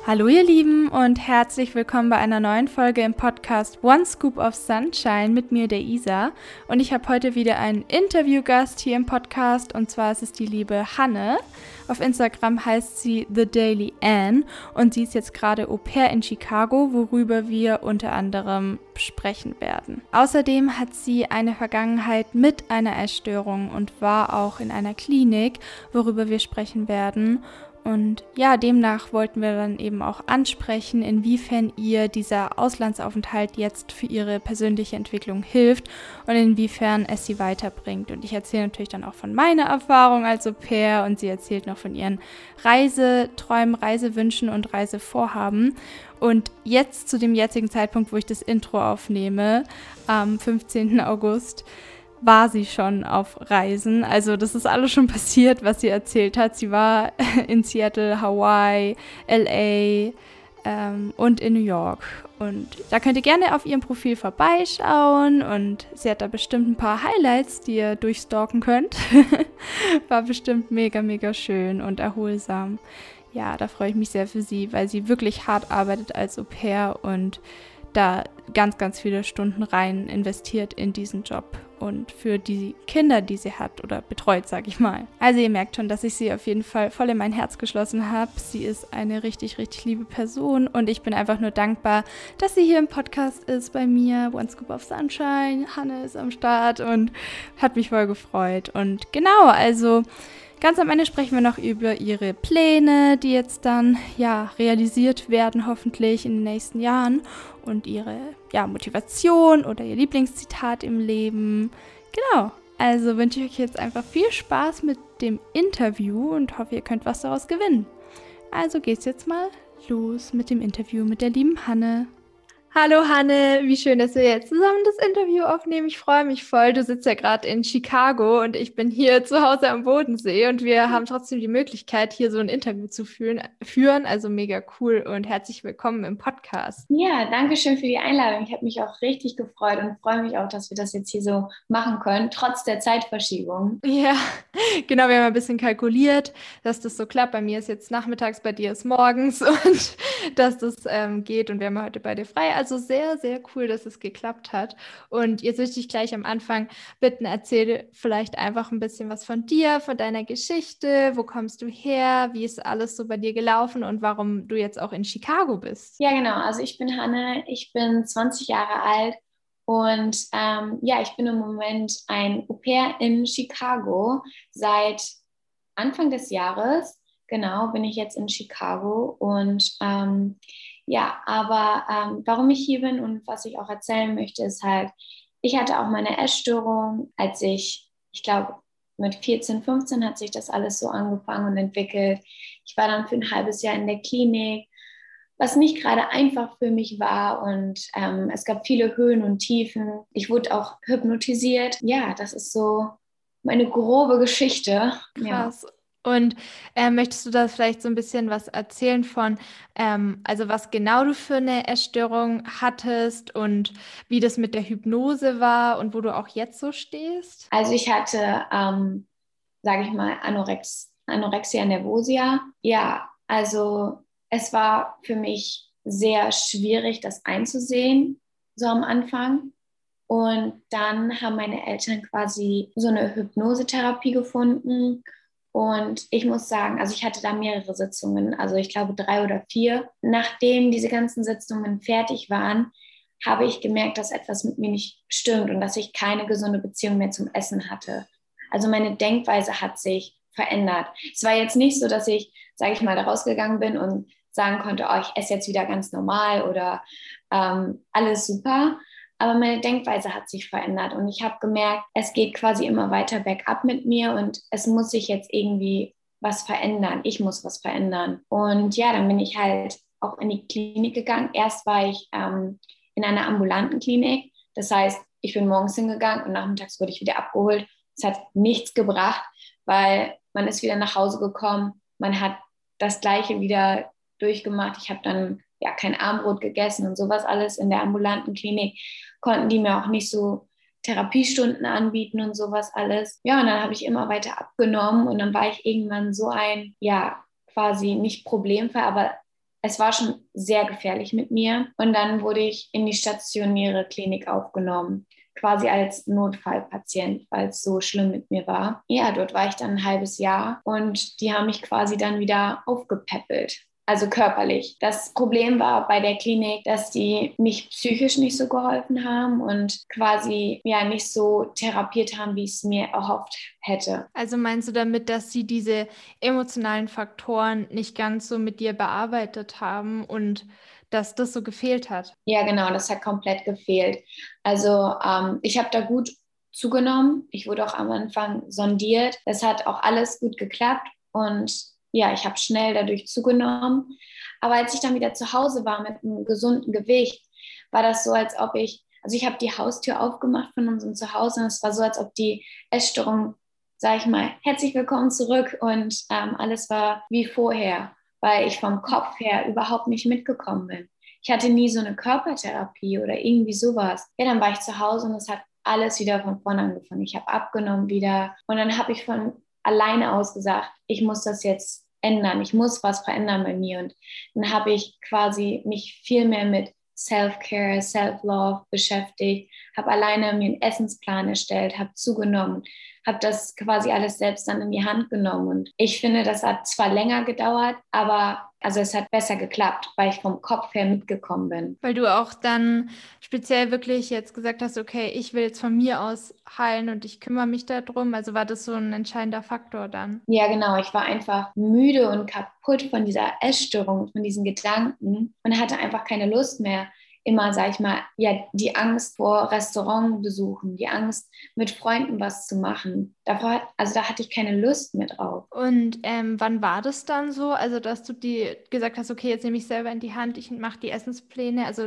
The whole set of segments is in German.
Hallo ihr Lieben und herzlich willkommen bei einer neuen Folge im Podcast One Scoop of Sunshine mit mir, der Isa. Und ich habe heute wieder einen Interviewgast hier im Podcast und zwar ist es die liebe Hanne. Auf Instagram heißt sie The Daily Anne und sie ist jetzt gerade Au-pair in Chicago, worüber wir unter anderem sprechen werden. Außerdem hat sie eine Vergangenheit mit einer Essstörung und war auch in einer Klinik, worüber wir sprechen werden. Und ja, demnach wollten wir dann eben auch ansprechen, inwiefern ihr dieser Auslandsaufenthalt jetzt für ihre persönliche Entwicklung hilft und inwiefern es sie weiterbringt. Und ich erzähle natürlich dann auch von meiner Erfahrung als Au-pair und sie erzählt noch von ihren Reiseträumen, Reisewünschen und Reisevorhaben. Und jetzt zu dem jetzigen Zeitpunkt, wo ich das Intro aufnehme, am 15. August, war sie schon auf Reisen. Also das ist alles schon passiert, was sie erzählt hat. Sie war in Seattle, Hawaii, LA und in New York. Und da könnt ihr gerne auf ihrem Profil vorbeischauen und sie hat da bestimmt ein paar Highlights, die ihr durchstalken könnt. War bestimmt mega, mega schön und erholsam. Ja, da freue ich mich sehr für sie, weil sie wirklich hart arbeitet als Au-pair und da ganz, ganz viele Stunden rein investiert in diesen Job und für die Kinder, die sie hat oder betreut, sage ich mal. Also ihr merkt schon, dass ich sie auf jeden Fall voll in mein Herz geschlossen habe. Sie ist eine richtig, richtig liebe Person und ich bin einfach nur dankbar, dass sie hier im Podcast ist bei mir. One Scoop of Sunshine, Hanne ist am Start und hat mich voll gefreut. Und genau, also ganz am Ende sprechen wir noch über ihre Pläne, die jetzt dann realisiert werden, hoffentlich in den nächsten Jahren. Und ihre Motivation oder ihr Lieblingszitat im Leben. Genau, also wünsche ich euch jetzt einfach viel Spaß mit dem Interview und hoffe, ihr könnt was daraus gewinnen. Also geht's jetzt mal los mit dem Interview mit der lieben Hanne. Hallo Hanne, wie schön, dass wir jetzt zusammen das Interview aufnehmen. Ich freue mich voll. Du sitzt ja gerade in Chicago und ich bin hier zu Hause am Bodensee und wir haben trotzdem die Möglichkeit, hier so ein Interview zu führen. Also mega cool und herzlich willkommen im Podcast. Ja, danke schön für die Einladung. Ich habe mich auch richtig gefreut und freue mich auch, dass wir das jetzt hier so machen können, trotz der Zeitverschiebung. Ja, genau, wir haben ein bisschen kalkuliert, dass das so klappt. Bei mir ist jetzt nachmittags, bei dir ist morgens und dass das geht und wir haben heute beide frei. Also sehr, sehr cool, dass es geklappt hat. Und jetzt möchte ich gleich am Anfang bitten, erzähl vielleicht einfach ein bisschen was von dir, von deiner Geschichte. Wo kommst du her? Wie ist alles so bei dir gelaufen und warum du jetzt auch in Chicago bist? Ja, genau. Also ich bin Hanne, ich bin 20 Jahre alt und ich bin im Moment ein Au-pair in Chicago seit Anfang des Jahres. Genau, bin ich jetzt in Chicago und warum ich hier bin und was ich auch erzählen möchte, ist halt, ich hatte auch meine Essstörung, als ich glaube, mit 14, 15 hat sich das alles so angefangen und entwickelt. Ich war dann für ein halbes Jahr in der Klinik, was nicht gerade einfach für mich war und es gab viele Höhen und Tiefen. Ich wurde auch hypnotisiert. Ja, das ist so meine grobe Geschichte. Krass. Und möchtest du da vielleicht so ein bisschen was erzählen von, also was genau du für eine Essstörung hattest und wie das mit der Hypnose war und wo du auch jetzt so stehst? Also ich hatte, sage ich mal, Anorexia nervosa. Ja, also es war für mich sehr schwierig, das einzusehen, so am Anfang. Und dann haben meine Eltern quasi so eine Hypnosetherapie gefunden. Und ich muss sagen, also ich hatte da mehrere Sitzungen, also ich glaube 3 oder 4. Nachdem diese ganzen Sitzungen fertig waren, habe ich gemerkt, dass etwas mit mir nicht stimmt und dass ich keine gesunde Beziehung mehr zum Essen hatte. Also meine Denkweise hat sich verändert. Es war jetzt nicht so, dass ich, sage ich mal, da rausgegangen bin und sagen konnte, oh, ich esse jetzt wieder ganz normal oder alles super. Aber meine Denkweise hat sich verändert und ich habe gemerkt, es geht quasi immer weiter bergab mit mir und es muss sich jetzt irgendwie was verändern. Ich muss was verändern. Und ja, dann bin ich halt auch in die Klinik gegangen. Erst war ich in einer ambulanten Klinik. Das heißt, ich bin morgens hingegangen und nachmittags wurde ich wieder abgeholt. Es hat nichts gebracht, weil man ist wieder nach Hause gekommen. Man hat das Gleiche wieder durchgemacht. Ich habe dann kein Armbrot gegessen und sowas alles in der ambulanten Klinik. Konnten die mir auch nicht so Therapiestunden anbieten und sowas alles. Ja, und dann habe ich immer weiter abgenommen und dann war ich irgendwann so ein, quasi nicht Problemfall, aber es war schon sehr gefährlich mit mir. Und dann wurde ich in die stationäre Klinik aufgenommen, quasi als Notfallpatient, weil es so schlimm mit mir war. Ja, dort war ich dann ein halbes Jahr und die haben mich quasi dann wieder aufgepäppelt. Also körperlich. Das Problem war bei der Klinik, dass die mich psychisch nicht so geholfen haben und quasi ja nicht so therapiert haben, wie ich es mir erhofft hätte. Also meinst du damit, dass sie diese emotionalen Faktoren nicht ganz so mit dir bearbeitet haben und dass das so gefehlt hat? Ja, genau, das hat komplett gefehlt. Also ich habe da gut zugenommen. Ich wurde auch am Anfang sondiert. Das hat auch alles gut geklappt und ja, ich habe schnell dadurch zugenommen. Aber als ich dann wieder zu Hause war mit einem gesunden Gewicht, war das so, als ob also ich habe die Haustür aufgemacht von unserem Zuhause und es war so, als ob die Essstörung, sag ich mal, herzlich willkommen zurück und alles war wie vorher, weil ich vom Kopf her überhaupt nicht mitgekommen bin. Ich hatte nie so eine Körpertherapie oder irgendwie sowas. Ja, dann war ich zu Hause und es hat alles wieder von vorne angefangen. Ich habe abgenommen wieder und dann habe ich von alleine aus gesagt, ich muss das jetzt ändern. Ich muss was verändern bei mir. Und dann habe ich quasi mich viel mehr mit Self-Care, Self-Love beschäftigt, habe alleine mir einen Essensplan erstellt, habe zugenommen, habe das quasi alles selbst dann in die Hand genommen. Und ich finde, das hat zwar länger gedauert, aber also es hat besser geklappt, weil ich vom Kopf her mitgekommen bin. Weil du auch dann speziell wirklich jetzt gesagt hast, okay, ich will jetzt von mir aus heilen und ich kümmere mich darum. Also war das so ein entscheidender Faktor dann? Ja, genau. Ich war einfach müde und kaputt von dieser Essstörung, von diesen Gedanken und hatte einfach keine Lust mehr. Immer, sag ich mal, ja, die Angst vor Restaurantbesuchen, die Angst, mit Freunden was zu machen. Also da hatte ich keine Lust mehr drauf. Und wann war das dann so? Also, dass du dir gesagt hast, okay, jetzt nehme ich selber in die Hand, ich mache die Essenspläne. Also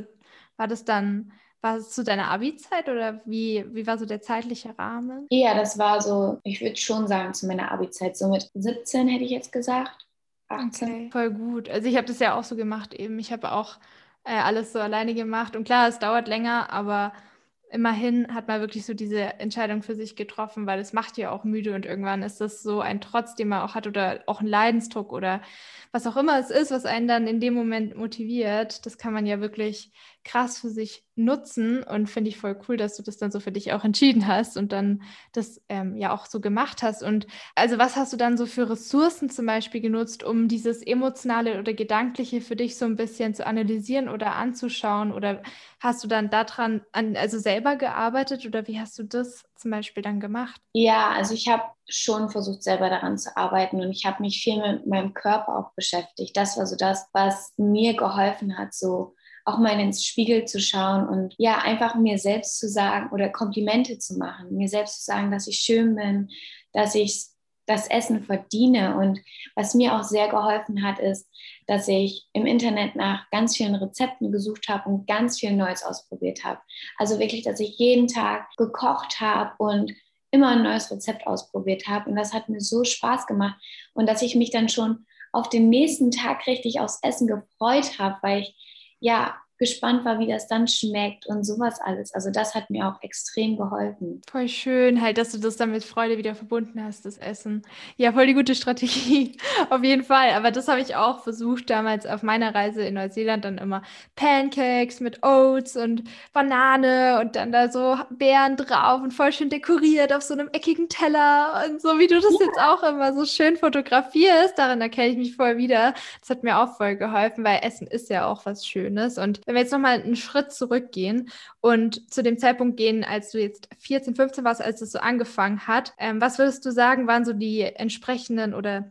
war es zu deiner Abi-Zeit oder wie war so der zeitliche Rahmen? Ja, das war so, ich würde schon sagen, zu meiner Abi-Zeit, so mit 17 hätte ich jetzt gesagt, 18. Okay, voll gut. Also ich habe das ja auch so gemacht eben. Ich habe auch alles so alleine gemacht. Und klar, es dauert länger, aber immerhin hat man wirklich so diese Entscheidung für sich getroffen, weil es macht ja auch müde und irgendwann ist das so ein Trotz, den man auch hat oder auch ein Leidensdruck oder was auch immer es ist, was einen dann in dem Moment motiviert. Das kann man ja wirklich krass für sich nutzen und finde ich voll cool, dass du das dann so für dich auch entschieden hast und dann das ja auch so gemacht hast. Und also was hast du dann so für Ressourcen zum Beispiel genutzt, um dieses Emotionale oder Gedankliche für dich so ein bisschen zu analysieren oder anzuschauen? Oder hast du dann daran also selber gearbeitet oder wie hast du das zum Beispiel dann gemacht? Ja, also ich habe schon versucht, selber daran zu arbeiten und ich habe mich viel mit meinem Körper auch beschäftigt. Das war so das, was mir geholfen hat, so auch mal ins Spiegel zu schauen und ja, einfach mir selbst zu sagen oder Komplimente zu machen, mir selbst zu sagen, dass ich schön bin, dass ich das Essen verdiene. Und was mir auch sehr geholfen hat, ist, dass ich im Internet nach ganz vielen Rezepten gesucht habe und ganz viel Neues ausprobiert habe. Also wirklich, dass ich jeden Tag gekocht habe und immer ein neues Rezept ausprobiert habe. Und das hat mir so Spaß gemacht. Und dass ich mich dann schon auf den nächsten Tag richtig aufs Essen gefreut habe, weil ich ja gespannt war, wie das dann schmeckt und sowas alles. Also das hat mir auch extrem geholfen. Voll schön, halt, dass du das dann mit Freude wieder verbunden hast, das Essen. Ja, voll die gute Strategie, auf jeden Fall. Aber das habe ich auch versucht damals auf meiner Reise in Neuseeland dann immer Pancakes mit Oats und Banane und dann da so Beeren drauf und voll schön dekoriert auf so einem eckigen Teller und so wie du das jetzt auch immer so schön fotografierst. Darin erkenne ich mich voll wieder. Das hat mir auch voll geholfen, weil Essen ist ja auch was Schönes. Und wenn wir jetzt nochmal einen Schritt zurückgehen und zu dem Zeitpunkt gehen, als du jetzt 14, 15 warst, als es so angefangen hat, was würdest du sagen, waren so die entsprechenden oder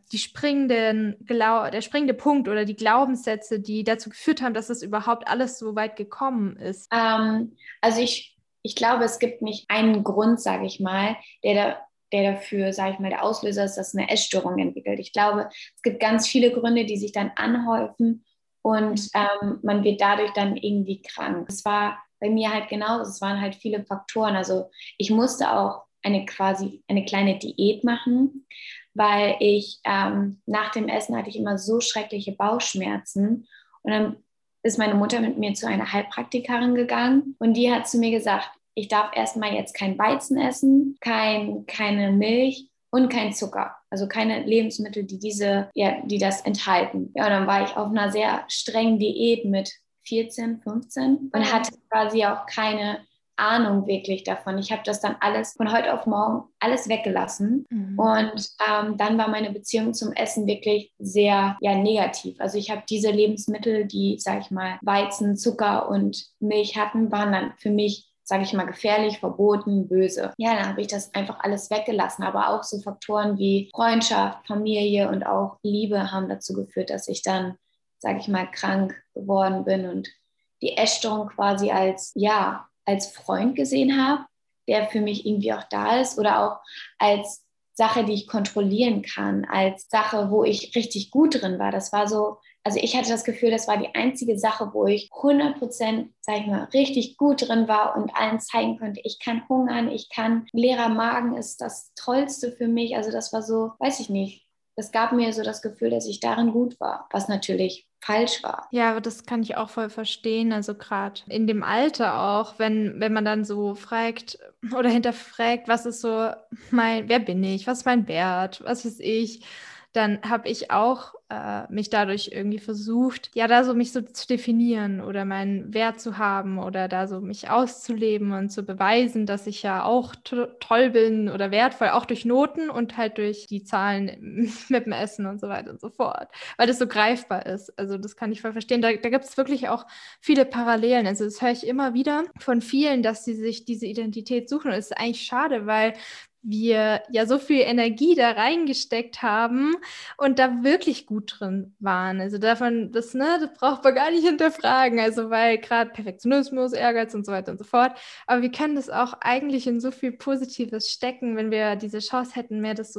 der springende Punkt oder die Glaubenssätze, die dazu geführt haben, dass es überhaupt alles so weit gekommen ist? Also ich glaube, es gibt nicht einen Grund, sage ich mal, der dafür, sage ich mal, der Auslöser ist, dass eine Essstörung entwickelt. Ich glaube, es gibt ganz viele Gründe, die sich dann anhäufen und man wird dadurch dann irgendwie krank. Es war bei mir halt genauso, es waren halt viele Faktoren. Also ich musste auch quasi eine kleine Diät machen, weil ich nach dem Essen hatte ich immer so schreckliche Bauchschmerzen und dann ist meine Mutter mit mir zu einer Heilpraktikerin gegangen und die hat zu mir gesagt, ich darf erstmal jetzt kein Weizen essen, keine Milch und kein Zucker. Also keine Lebensmittel, die das enthalten. Ja, und dann war ich auf einer sehr strengen Diät mit 14, 15 und hatte quasi auch keine Ahnung wirklich davon. Ich habe das dann alles von heute auf morgen alles weggelassen. Und dann war meine Beziehung zum Essen wirklich sehr negativ. Also ich habe diese Lebensmittel, die, sage ich mal, Weizen, Zucker und Milch hatten, waren dann für mich, sage ich mal, gefährlich, verboten, böse. Ja, dann habe ich das einfach alles weggelassen. Aber auch so Faktoren wie Freundschaft, Familie und auch Liebe haben dazu geführt, dass ich dann, sage ich mal, krank geworden bin und die Essstörung quasi als Freund gesehen habe, der für mich irgendwie auch da ist, oder auch als Sache, die ich kontrollieren kann, als Sache, wo ich richtig gut drin war. Das war so, also ich hatte das Gefühl, das war die einzige Sache, wo ich 100%, sag ich mal, richtig gut drin war und allen zeigen konnte, ich kann hungern, leerer Magen ist das Tollste für mich. Also das war so, weiß ich nicht, das gab mir so das Gefühl, dass ich darin gut war, was natürlich falsch war. Ja, aber das kann ich auch voll verstehen. Also gerade in dem Alter auch, wenn man dann so fragt oder hinterfragt, was ist so wer bin ich, was ist mein Wert, was weiß ich, dann habe ich auch mich dadurch irgendwie versucht, ja, da so mich so zu definieren oder meinen Wert zu haben oder da so mich auszuleben und zu beweisen, dass ich ja auch toll bin oder wertvoll, auch durch Noten und halt durch die Zahlen mit dem Essen und so weiter und so fort, weil das so greifbar ist. Also das kann ich voll verstehen. Da gibt es wirklich auch viele Parallelen. Also das höre ich immer wieder von vielen, dass sie sich diese Identität suchen. Und es ist eigentlich schade, weil wir ja so viel Energie da reingesteckt haben und da wirklich gut drin waren. Also das braucht man gar nicht hinterfragen. Also weil gerade Perfektionismus, Ehrgeiz und so weiter und so fort. Aber wir können das auch eigentlich in so viel Positives stecken, wenn wir diese Chance hätten, mehr das so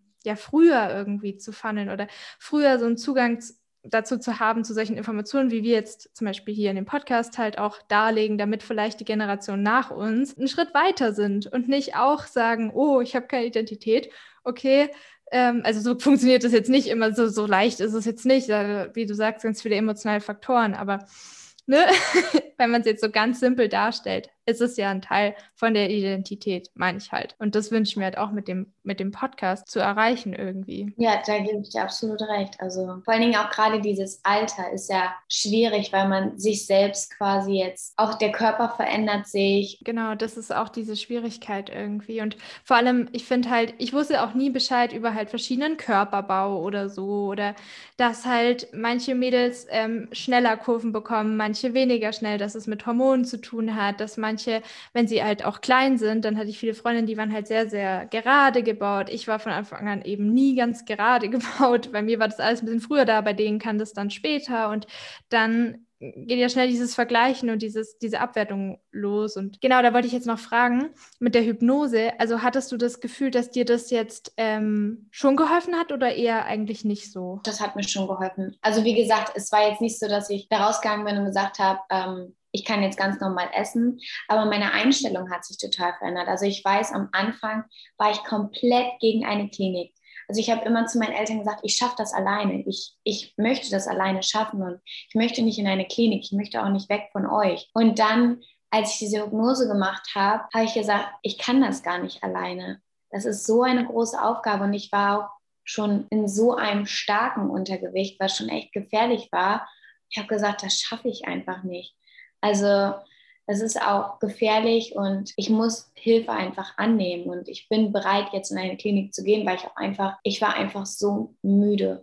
früher irgendwie zu funneln oder früher so einen Zugang dazu zu haben, zu solchen Informationen, wie wir jetzt zum Beispiel hier in dem Podcast halt auch darlegen, damit vielleicht die Generation nach uns einen Schritt weiter sind und nicht auch sagen, oh, ich habe keine Identität, okay, also so funktioniert das jetzt nicht immer, so leicht ist es jetzt nicht, wie du sagst, ganz viele emotionale Faktoren, aber ne? Wenn man es jetzt so ganz simpel darstellt, ist es ja ein Teil von der Identität, meine ich halt. Und das wünsche ich mir halt auch mit dem Podcast zu erreichen irgendwie. Ja, da gebe ich dir absolut recht. Also vor allen Dingen auch gerade dieses Alter ist ja schwierig, weil man sich selbst quasi jetzt, auch der Körper verändert sich. Genau, das ist auch diese Schwierigkeit irgendwie. Und vor allem, ich finde halt, ich wusste auch nie Bescheid über halt verschiedenen Körperbau oder so. Oder dass halt manche Mädels schneller Kurven bekommen, manche weniger schnell, dass es mit Hormonen zu tun hat, dass manche, wenn sie halt auch klein sind, dann hatte ich viele Freundinnen, die waren halt sehr, sehr gerade gebaut. Ich war von Anfang an eben nie ganz gerade gebaut. Bei mir war das alles ein bisschen früher da, bei denen kann das dann später. Und dann geht ja schnell dieses Vergleichen und diese Abwertung los. Und genau, da wollte ich jetzt noch fragen, mit der Hypnose, also hattest du das Gefühl, dass dir das jetzt schon geholfen hat oder eher eigentlich nicht so? Das hat mir schon geholfen. Also wie gesagt, es war jetzt nicht so, dass ich da rausgegangen bin und gesagt habe, ich kann jetzt ganz normal essen, aber meine Einstellung hat sich total verändert. Also ich weiß, am Anfang war ich komplett gegen eine Klinik. Also ich habe immer zu meinen Eltern gesagt, ich schaffe das alleine. Ich möchte das alleine schaffen und ich möchte nicht in eine Klinik. Ich möchte auch nicht weg von euch. Und dann, als ich diese Hypnose gemacht habe, habe ich gesagt, ich kann das gar nicht alleine. Das ist so eine große Aufgabe und ich war auch schon in so einem starken Untergewicht, was schon echt gefährlich war. Ich habe gesagt, das schaffe ich einfach nicht. Also es ist auch gefährlich und ich muss Hilfe einfach annehmen und ich bin bereit, jetzt in eine Klinik zu gehen, weil ich war einfach so müde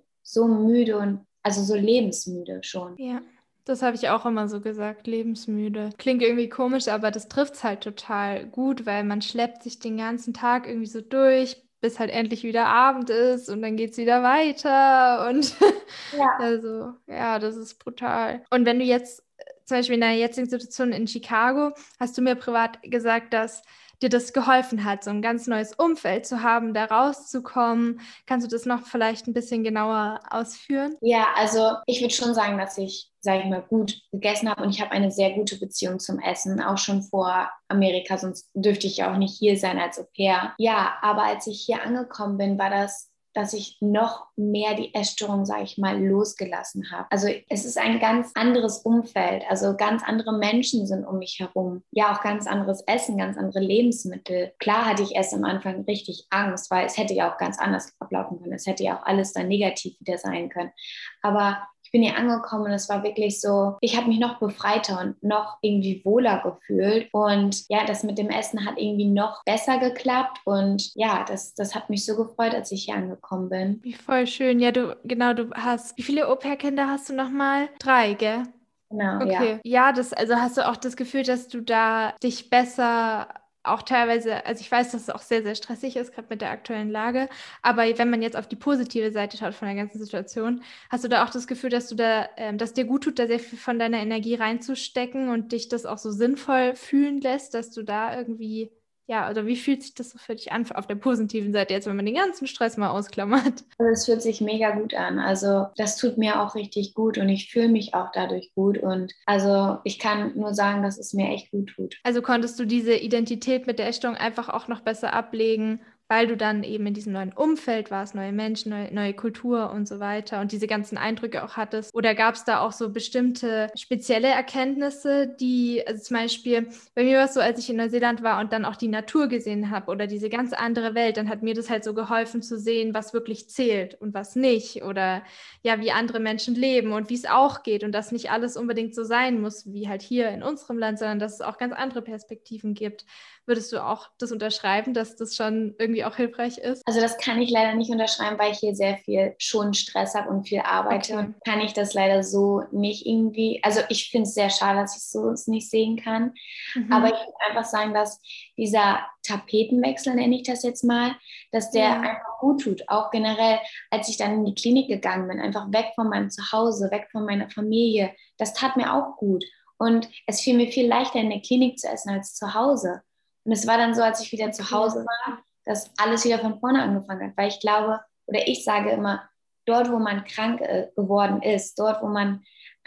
und also so lebensmüde schon. Ja, das habe ich auch immer so gesagt, lebensmüde. Klingt irgendwie komisch, aber das trifft es halt total gut, weil man schleppt sich den ganzen Tag irgendwie so durch, bis halt endlich wieder Abend ist und dann geht es wieder weiter und Ja. also, ja, das ist brutal. Und wenn du jetzt zum Beispiel in deiner jetzigen Situation in Chicago, hast du mir privat gesagt, dass dir das geholfen hat, so ein ganz neues Umfeld zu haben, da rauszukommen. Kannst du das noch vielleicht ein bisschen genauer ausführen? Ja, also ich würde schon sagen, dass ich, sage ich mal, gut gegessen habe und ich habe eine sehr gute Beziehung zum Essen, auch schon vor Amerika, sonst dürfte ich ja auch nicht hier sein als Au pair. Ja, aber als ich hier angekommen bin, war das dass ich noch mehr die Essstörung, sage ich mal, losgelassen habe. Also es ist ein ganz anderes Umfeld, also ganz andere Menschen sind um mich herum. Ja, auch ganz anderes Essen, ganz andere Lebensmittel. Klar hatte ich erst am Anfang richtig Angst, weil es hätte ja auch ganz anders ablaufen können. Es hätte ja auch alles dann negativ wieder sein können. Aber ich bin hier angekommen und es war wirklich so, ich habe mich noch befreiter und noch irgendwie wohler gefühlt. Und ja, das mit dem Essen hat irgendwie noch besser geklappt. Und ja, das hat mich so gefreut, als ich hier angekommen bin. Wie voll schön. Ja, wie viele Au-pair-Kinder hast du nochmal? 3, gell? Genau, ja. Okay. Ja, also hast du auch das Gefühl, dass du da dich besser auch teilweise, also ich weiß, dass es auch sehr, sehr stressig ist, gerade mit der aktuellen Lage, aber wenn man jetzt auf die positive Seite schaut von der ganzen Situation, hast du da auch das Gefühl, dass dass dir gut tut, da sehr viel von deiner Energie reinzustecken und dich das auch so sinnvoll fühlen lässt, dass du da irgendwie, ja, oder wie fühlt sich das so für dich an, auf der positiven Seite jetzt, wenn man den ganzen Stress mal ausklammert? Also es fühlt sich mega gut an. Also das tut mir auch richtig gut und ich fühle mich auch dadurch gut. Und also ich kann nur sagen, dass es mir echt gut tut. Also konntest du diese Identität mit der Essstörung einfach auch noch besser ablegen, weil du dann eben in diesem neuen Umfeld warst, neue Menschen, neue Kultur und so weiter und diese ganzen Eindrücke auch hattest? Oder gab es da auch so bestimmte spezielle Erkenntnisse, also zum Beispiel, bei mir war es so, als ich in Neuseeland war und dann auch die Natur gesehen habe oder diese ganz andere Welt, dann hat mir das halt so geholfen zu sehen, was wirklich zählt und was nicht oder ja, wie andere Menschen leben und wie es auch geht und dass nicht alles unbedingt so sein muss, wie halt hier in unserem Land, sondern dass es auch ganz andere Perspektiven gibt. Würdest du auch das unterschreiben, dass das schon irgendwie auch hilfreich ist? Also das kann ich leider nicht unterschreiben, weil ich hier sehr viel schon Stress habe und viel arbeite. Okay. Und kann ich das leider so nicht irgendwie, also ich finde es sehr schade, dass ich so es nicht sehen kann. Aber ich Mhm. würde einfach sagen, dass dieser Tapetenwechsel, nenne ich das jetzt mal, dass der Ja. einfach gut tut. Auch generell, als ich dann in die Klinik gegangen bin, einfach weg von meinem Zuhause, weg von meiner Familie, das tat mir auch gut. Und es fiel mir viel leichter, in der Klinik zu essen als zu Hause. Und es war dann so, als ich wieder zu Okay. Hause war, dass alles wieder von vorne angefangen hat. Weil ich glaube, oder ich sage immer, dort, wo man krank geworden ist, dort, wo man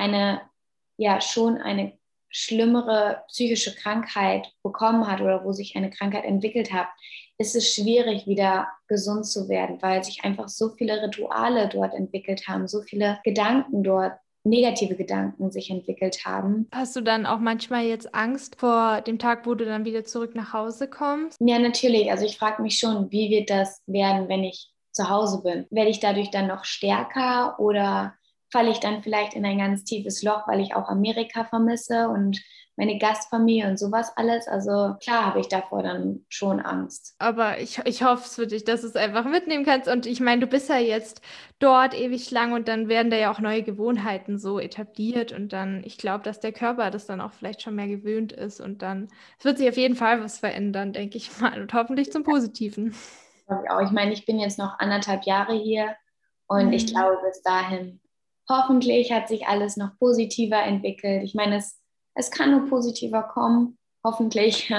schon eine schlimmere psychische Krankheit bekommen hat oder wo sich eine Krankheit entwickelt hat, ist es schwierig, wieder gesund zu werden, weil sich einfach so viele Rituale dort entwickelt haben, so viele Gedanken dort, negative Gedanken sich entwickelt haben. Hast du dann auch manchmal jetzt Angst vor dem Tag, wo du dann wieder zurück nach Hause kommst? Ja, natürlich. Also ich frage mich schon, wie wird das werden, wenn ich zu Hause bin? Werde ich dadurch dann noch stärker oder falle ich dann vielleicht in ein ganz tiefes Loch, weil ich auch Amerika vermisse und meine Gastfamilie und sowas alles? Also klar habe ich davor dann schon Angst. Aber ich hoffe es für dich, dass du es einfach mitnehmen kannst. Und ich meine, du bist ja jetzt dort ewig lang und dann werden da ja auch neue Gewohnheiten so etabliert. Und dann, ich glaube, dass der Körper das dann auch vielleicht schon mehr gewöhnt ist. Und dann, es wird sich auf jeden Fall was verändern, denke ich mal. Und hoffentlich zum Positiven. Glaube ich auch. Ich meine, ich bin jetzt noch 1,5 Jahre hier und ich Mhm. glaube, bis dahin hoffentlich hat sich alles noch positiver entwickelt. Ich meine, es kann nur positiver kommen, hoffentlich.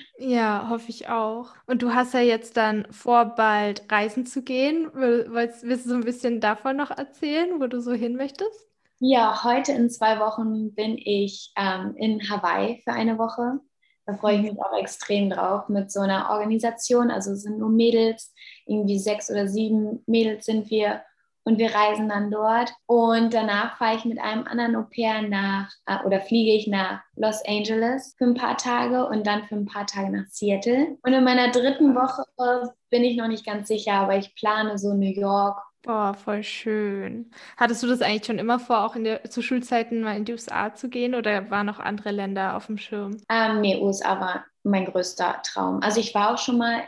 Ja, hoffe ich auch. Und du hast ja jetzt dann vor, bald reisen zu gehen. Willst du so ein bisschen davon noch erzählen, wo du so hin möchtest? Ja, heute in 2 Wochen bin ich in Hawaii für eine Woche. Da freue ich Mhm. mich auch extrem drauf mit so einer Organisation. Also es sind nur Mädels, irgendwie 6 oder 7 Mädels sind wir und wir reisen dann dort. Und danach fahre ich mit einem anderen Au-pair oder fliege ich nach Los Angeles für ein paar Tage und dann für ein paar Tage nach Seattle. Und in meiner dritten Woche bin ich noch nicht ganz sicher, aber ich plane so New York. Boah, voll schön. Hattest du das eigentlich schon immer vor, auch zu Schulzeiten mal in die USA zu gehen oder waren noch andere Länder auf dem Schirm? Nee, USA war mein größter Traum. Also ich war auch schon mal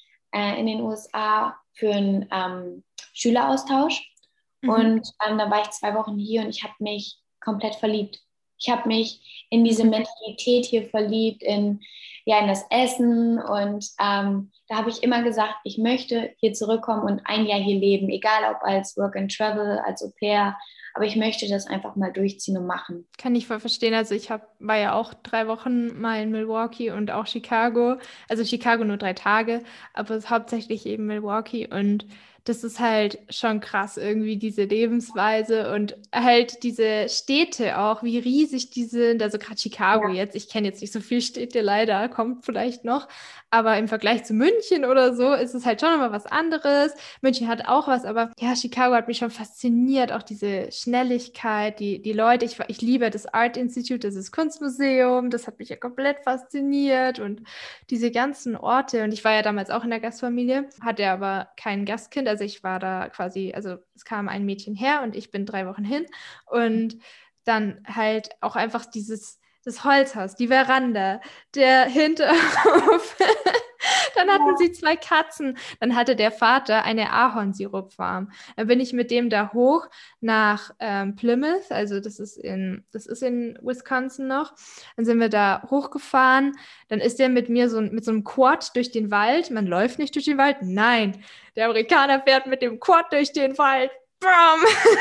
in den USA für einen Schüleraustausch Mhm. und da war ich 2 Wochen hier und ich habe mich komplett verliebt. Ich habe mich in diese Mentalität hier verliebt, in das Essen und da habe ich immer gesagt, ich möchte hier zurückkommen und ein Jahr hier leben, egal ob als Work and Travel, als Au pair, aber ich möchte das einfach mal durchziehen und machen. Kann ich voll verstehen. Also war ja auch 3 Wochen mal in Milwaukee und auch Chicago. Also Chicago nur 3 Tage, aber es ist hauptsächlich eben Milwaukee. Und das ist halt schon krass irgendwie, diese Lebensweise und halt diese Städte auch, wie riesig die sind. Also gerade Chicago Ja. jetzt, ich kenne jetzt nicht so viele Städte leider, kommt vielleicht noch, aber im Vergleich zu München oder so ist es halt schon nochmal was anderes. München hat auch was, aber ja, Chicago hat mich schon fasziniert, auch diese Schnelligkeit, die Leute. Ich liebe das Art Institute, das ist Kunstmuseum, das hat mich ja komplett fasziniert und diese ganzen Orte. Und ich war ja damals auch in der Gastfamilie, hatte aber kein Gastkind. Also ich war da quasi, also es kam ein Mädchen her und ich bin 3 Wochen hin. Und dann halt auch einfach das Holzhaus, die Veranda, der Hinterhof. Dann hatten sie 2 Katzen. Dann hatte der Vater eine Ahornsirupfarm. Dann bin ich mit dem da hoch nach Plymouth, also das ist in Wisconsin noch. Dann sind wir da hochgefahren. Dann ist der mit mir mit so einem Quad durch den Wald. Man läuft nicht durch den Wald. Nein, der Amerikaner fährt mit dem Quad durch den Wald. Bam!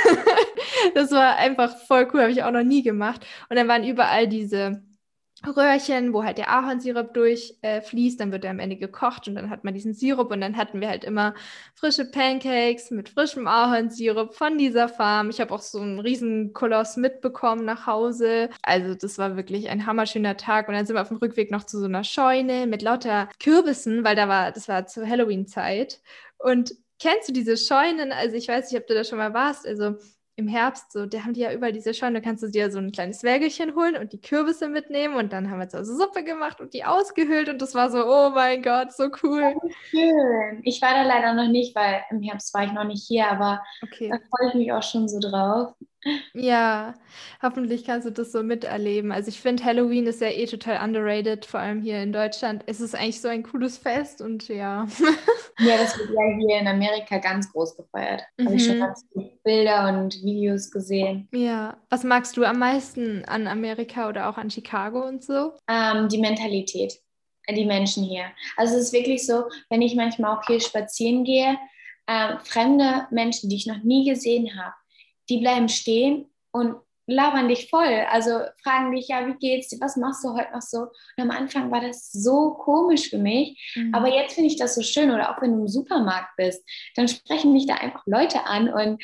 Das war einfach voll cool, habe ich auch noch nie gemacht. Und dann waren überall diese Röhrchen, wo halt der Ahornsirup durchfließt, dann wird er am Ende gekocht und dann hat man diesen Sirup und dann hatten wir halt immer frische Pancakes mit frischem Ahornsirup von dieser Farm. Ich habe auch so einen riesen Koloss mitbekommen nach Hause. Also das war wirklich ein hammerschöner Tag und dann sind wir auf dem Rückweg noch zu so einer Scheune mit lauter Kürbissen, weil das war zur Halloween-Zeit. Und kennst du diese Scheunen? Also ich weiß nicht, ob du da schon mal warst. Also im Herbst, so, da haben die ja überall diese Scheune, da kannst du dir so ein kleines Wägelchen holen und die Kürbisse mitnehmen und dann haben wir zu Hause Suppe gemacht und die ausgehöhlt und das war so, oh mein Gott, so cool. Schön. Ich war da leider noch nicht, weil im Herbst war ich noch nicht hier, aber da Okay. freue ich mich auch schon so drauf. Ja, hoffentlich kannst du das so miterleben. Also ich finde, Halloween ist ja eh total underrated, vor allem hier in Deutschland. Es ist eigentlich so ein cooles Fest und ja. Ja, das wird ja hier in Amerika ganz groß gefeiert. Habe ich schon Mhm. ganz viele Bilder und Videos gesehen. Ja. Was magst du am meisten an Amerika oder auch an Chicago und so? Die Mentalität, die Menschen hier. Also es ist wirklich so, wenn ich manchmal auch hier spazieren gehe, fremde Menschen, die ich noch nie gesehen habe, die bleiben stehen und labern dich voll. Also fragen dich, ja, wie geht's dir? Was machst du heute noch so? Und am Anfang war das so komisch für mich, aber Mhm. jetzt finde ich das so schön. Oder auch wenn du im Supermarkt bist, dann sprechen mich da einfach Leute an und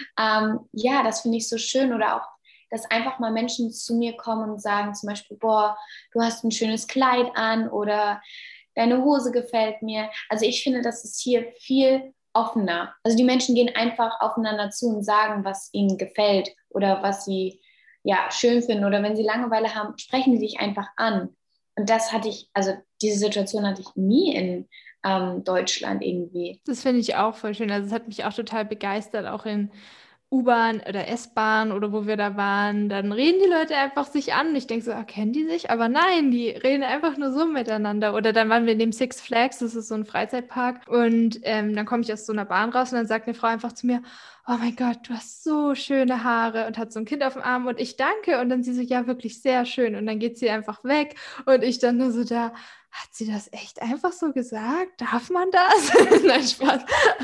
ja, das finde ich so schön. Oder auch dass einfach mal Menschen zu mir kommen und sagen zum Beispiel, boah, du hast ein schönes Kleid an oder deine Hose gefällt mir. Also ich finde, das ist hier viel offener. Also die Menschen gehen einfach aufeinander zu und sagen, was ihnen gefällt oder was sie ja schön finden. Oder wenn sie Langeweile haben, sprechen sie dich einfach an. Und das hatte ich, also diese Situation hatte ich nie in Deutschland irgendwie. Das finde ich auch voll schön. Also es hat mich auch total begeistert, auch in U-Bahn oder S-Bahn oder wo wir da waren. Dann reden die Leute einfach sich an. Ich denke so, ah, kennen die sich? Aber nein, die reden einfach nur so miteinander. Oder dann waren wir in dem Six Flags, das ist so ein Freizeitpark. Und dann komme ich aus so einer Bahn raus und dann sagt eine Frau einfach zu mir, oh mein Gott, du hast so schöne Haare und hat so ein Kind auf dem Arm und ich danke. Und dann sie so, ja, wirklich sehr schön. Und dann geht sie einfach weg und ich dann nur so da. Hat sie das echt einfach so gesagt? Darf man das? Nein, Spaß.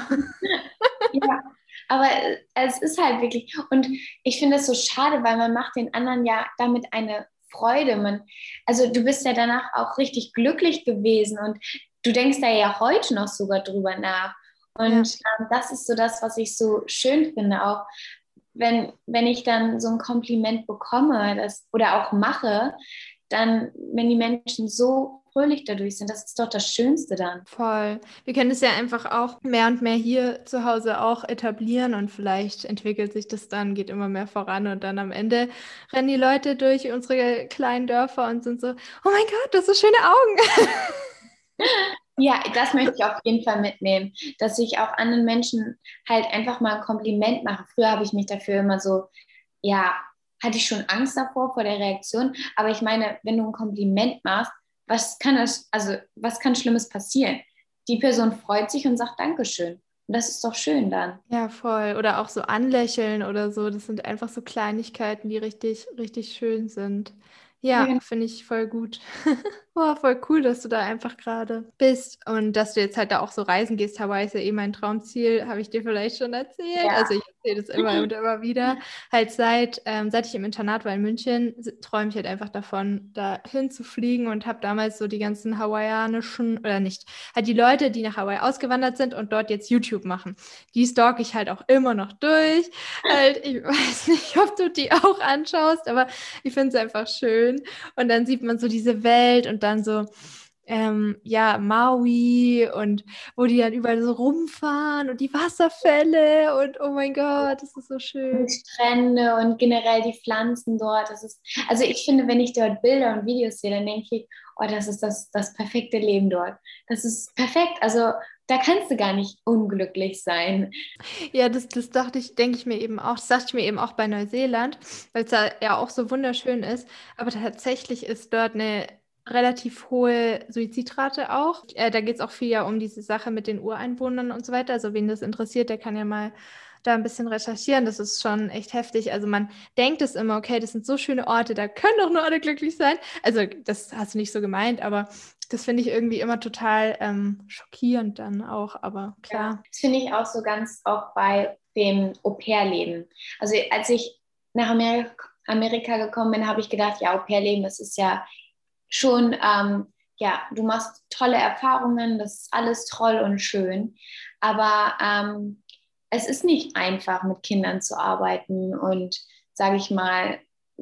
Ja, aber es ist halt wirklich, und ich finde es so schade, weil man macht den anderen ja damit eine Freude. Also du bist ja danach auch richtig glücklich gewesen und du denkst da ja heute noch sogar drüber nach. Ja. Und das ist so das, was ich so schön finde, auch wenn ich dann so ein Kompliment bekomme oder auch mache, dann, wenn die Menschen so fröhlich dadurch sind, das ist doch das Schönste dann. Voll. Wir können es ja einfach auch mehr und mehr hier zu Hause auch etablieren und vielleicht entwickelt sich das dann, geht immer mehr voran und dann am Ende rennen die Leute durch unsere kleinen Dörfer und sind so, oh mein Gott, das so schöne Augen. Ja, das möchte ich auf jeden Fall mitnehmen, dass ich auch anderen Menschen halt einfach mal ein Kompliment mache. Früher habe ich mich dafür immer so, ja, hatte ich schon Angst davor, vor der Reaktion. Aber ich meine, wenn du ein Kompliment machst, was kann Schlimmes passieren? Die Person freut sich und sagt Dankeschön. Und das ist doch schön dann. Ja, voll. Oder auch so anlächeln oder so. Das sind einfach so Kleinigkeiten, die richtig, richtig schön sind. Ja, finde ich voll gut. Oh, voll cool, dass du da einfach gerade bist und dass du jetzt halt da auch so reisen gehst. Hawaii ist ja eh mein Traumziel, habe ich dir vielleicht schon erzählt. Ja. Also ich erzähle das immer und immer wieder. Halt seit ich im Internat war in München, träume ich halt einfach davon, da hinzufliegen und habe damals so die ganzen hawaiianischen, oder nicht, halt die Leute, die nach Hawaii ausgewandert sind und dort jetzt YouTube machen. Die stalke ich halt auch immer noch durch. Halt, ich weiß nicht, ob du die auch anschaust, aber ich finde es einfach schön. Und dann sieht man so diese Welt und dann so, ja, Maui und wo die dann überall so rumfahren und die Wasserfälle und oh mein Gott, das ist so Die schön. Strände und generell die Pflanzen dort. Also ich finde, wenn ich dort Bilder und Videos sehe, dann denke ich, oh, das ist das perfekte Leben dort. Das ist perfekt. Also da kannst du gar nicht unglücklich sein. Ja, das dachte ich, denke ich mir eben auch. Das dachte ich mir eben auch bei Neuseeland, weil es da ja auch so wunderschön ist. Aber tatsächlich ist dort eine relativ hohe Suizidrate auch. Da geht es auch viel ja um diese Sache mit den Ureinwohnern und so weiter. Also wen das interessiert, der kann ja mal da ein bisschen recherchieren. Das ist schon echt heftig. Also man denkt es immer, okay, das sind so schöne Orte, da können doch nur alle glücklich sein. Also das hast du nicht so gemeint, aber das finde ich irgendwie immer total schockierend dann auch. Aber Ja, klar. das finde ich auch so ganz auch bei dem Au-pair-Leben. Also als ich nach Amerika gekommen bin, habe ich gedacht, ja, Au-pair-Leben, das ist ja schon, ja, du machst tolle Erfahrungen, das ist alles toll und schön. Aber es ist nicht einfach, mit Kindern zu arbeiten und, sage ich mal,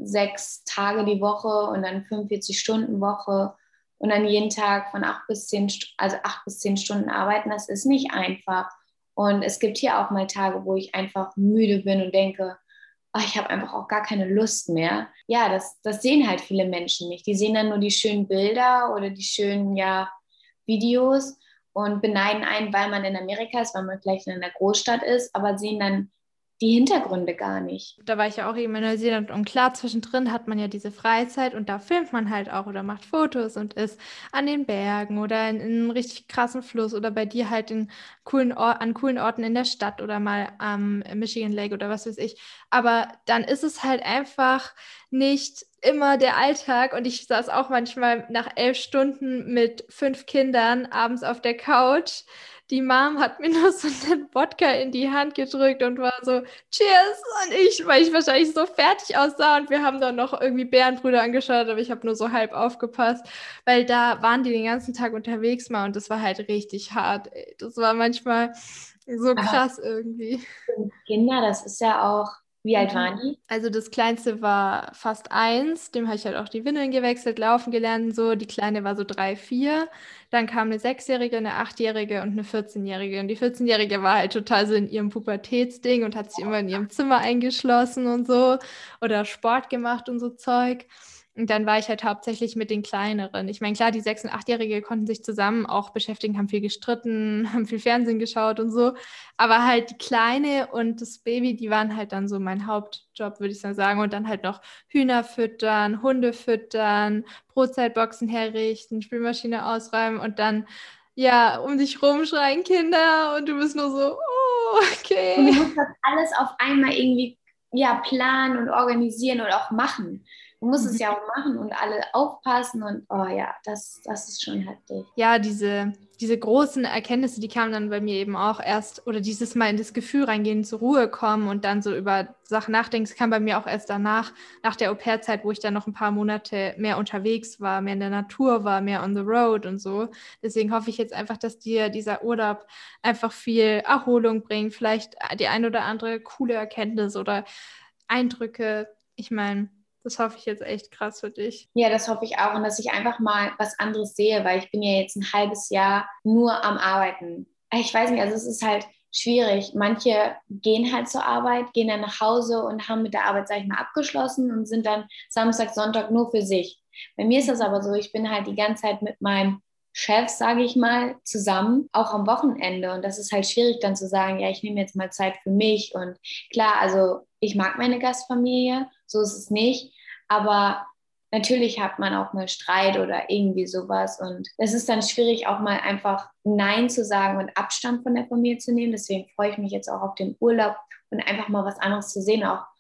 6 Tage die Woche und dann 45-Stunden-Woche und dann jeden Tag von 8 bis 10, also 8 bis 10 Stunden arbeiten. Das ist nicht einfach. Und es gibt hier auch mal Tage, wo ich einfach müde bin und denke, oh, ich habe einfach auch gar keine Lust mehr. Ja, das sehen halt viele Menschen nicht. Die sehen dann nur die schönen Bilder oder die schönen, ja, Videos und beneiden einen, weil man in Amerika ist, weil man vielleicht in einer Großstadt ist, aber sehen dann die Hintergründe gar nicht. Da war ich ja auch eben in Neuseeland und klar, zwischendrin hat man ja diese Freizeit und da filmt man halt auch oder macht Fotos und ist an den Bergen oder in einem richtig krassen Fluss oder bei dir halt in an coolen Orten in der Stadt oder mal am Michigan Lake oder was weiß ich. Aber dann ist es halt einfach nicht immer der Alltag und ich saß auch manchmal nach 11 Stunden mit 5 Kindern abends auf der Couch. Die Mom hat mir nur so einen Wodka in die Hand gedrückt und war so, Cheers! Und ich, weil ich wahrscheinlich so fertig aussah und wir haben dann noch irgendwie Bärenbrüder angeschaut, aber ich habe nur so halb aufgepasst, weil da waren die den ganzen Tag unterwegs mal und das war halt richtig hart. Ey. Das war manchmal so Aber krass irgendwie. Kinder, das ist ja auch, wie alt Mhm. waren die? Also das Kleinste war fast 1, dem habe ich halt auch die Windeln gewechselt, laufen gelernt und so. Die Kleine war so 3, 4. Dann kam eine 6-Jährige, eine 8-Jährige und eine 14-Jährige. Und die 14-Jährige war halt total so in ihrem Pubertätsding und hat sich immer in ihrem Zimmer eingeschlossen und so oder Sport gemacht und so Zeug. Und dann war ich halt hauptsächlich mit den Kleineren. Ich meine, klar, die 6- und 8-Jährige konnten sich zusammen auch beschäftigen, haben viel gestritten, haben viel Fernsehen geschaut und so. Aber halt die Kleine und das Baby, die waren halt dann so mein Hauptjob, würde ich dann sagen. Und dann halt noch Hühner füttern, Hunde füttern, Brotzeitboxen herrichten, Spülmaschine ausräumen und dann, ja, um dich rumschreien Kinder und du bist nur so, oh, Und du okay. musst das alles auf einmal irgendwie ja, planen und organisieren und auch machen. Du musst es ja auch machen und alle aufpassen und oh ja, das ist schon heftig. Ja, diese großen Erkenntnisse, die kamen dann bei mir eben auch erst, oder dieses Mal in das Gefühl reingehen, zur Ruhe kommen und dann so über Sachen nachdenken, das kam bei mir auch erst danach, nach der Au-pair-Zeit, wo ich dann noch ein paar Monate mehr unterwegs war, mehr in der Natur war, mehr on the road und so. Deswegen hoffe ich jetzt einfach, dass dir dieser Urlaub einfach viel Erholung bringt, vielleicht die ein oder andere coole Erkenntnis oder Eindrücke. Ich meine, das hoffe ich jetzt echt krass für dich. Ja, das hoffe ich auch und dass ich einfach mal was anderes sehe, weil ich bin ja jetzt ein halbes Jahr nur am Arbeiten. Ich weiß nicht, also es ist halt schwierig. Manche gehen halt zur Arbeit, gehen dann nach Hause und haben mit der Arbeit, sag ich mal, abgeschlossen und sind dann Samstag, Sonntag nur für sich. Bei mir ist das aber so, ich bin halt die ganze Zeit mit meinem Chef, sage ich mal, zusammen, auch am Wochenende. Und das ist halt schwierig dann zu sagen, ja, ich nehme jetzt mal Zeit für mich. Und klar, also ich mag meine Gastfamilie, so ist es nicht. Aber natürlich hat man auch mal Streit oder irgendwie sowas. Und es ist dann schwierig, auch mal einfach Nein zu sagen und Abstand von der Familie zu nehmen. Deswegen freue ich mich jetzt auch auf den Urlaub und einfach mal was anderes zu sehen, auch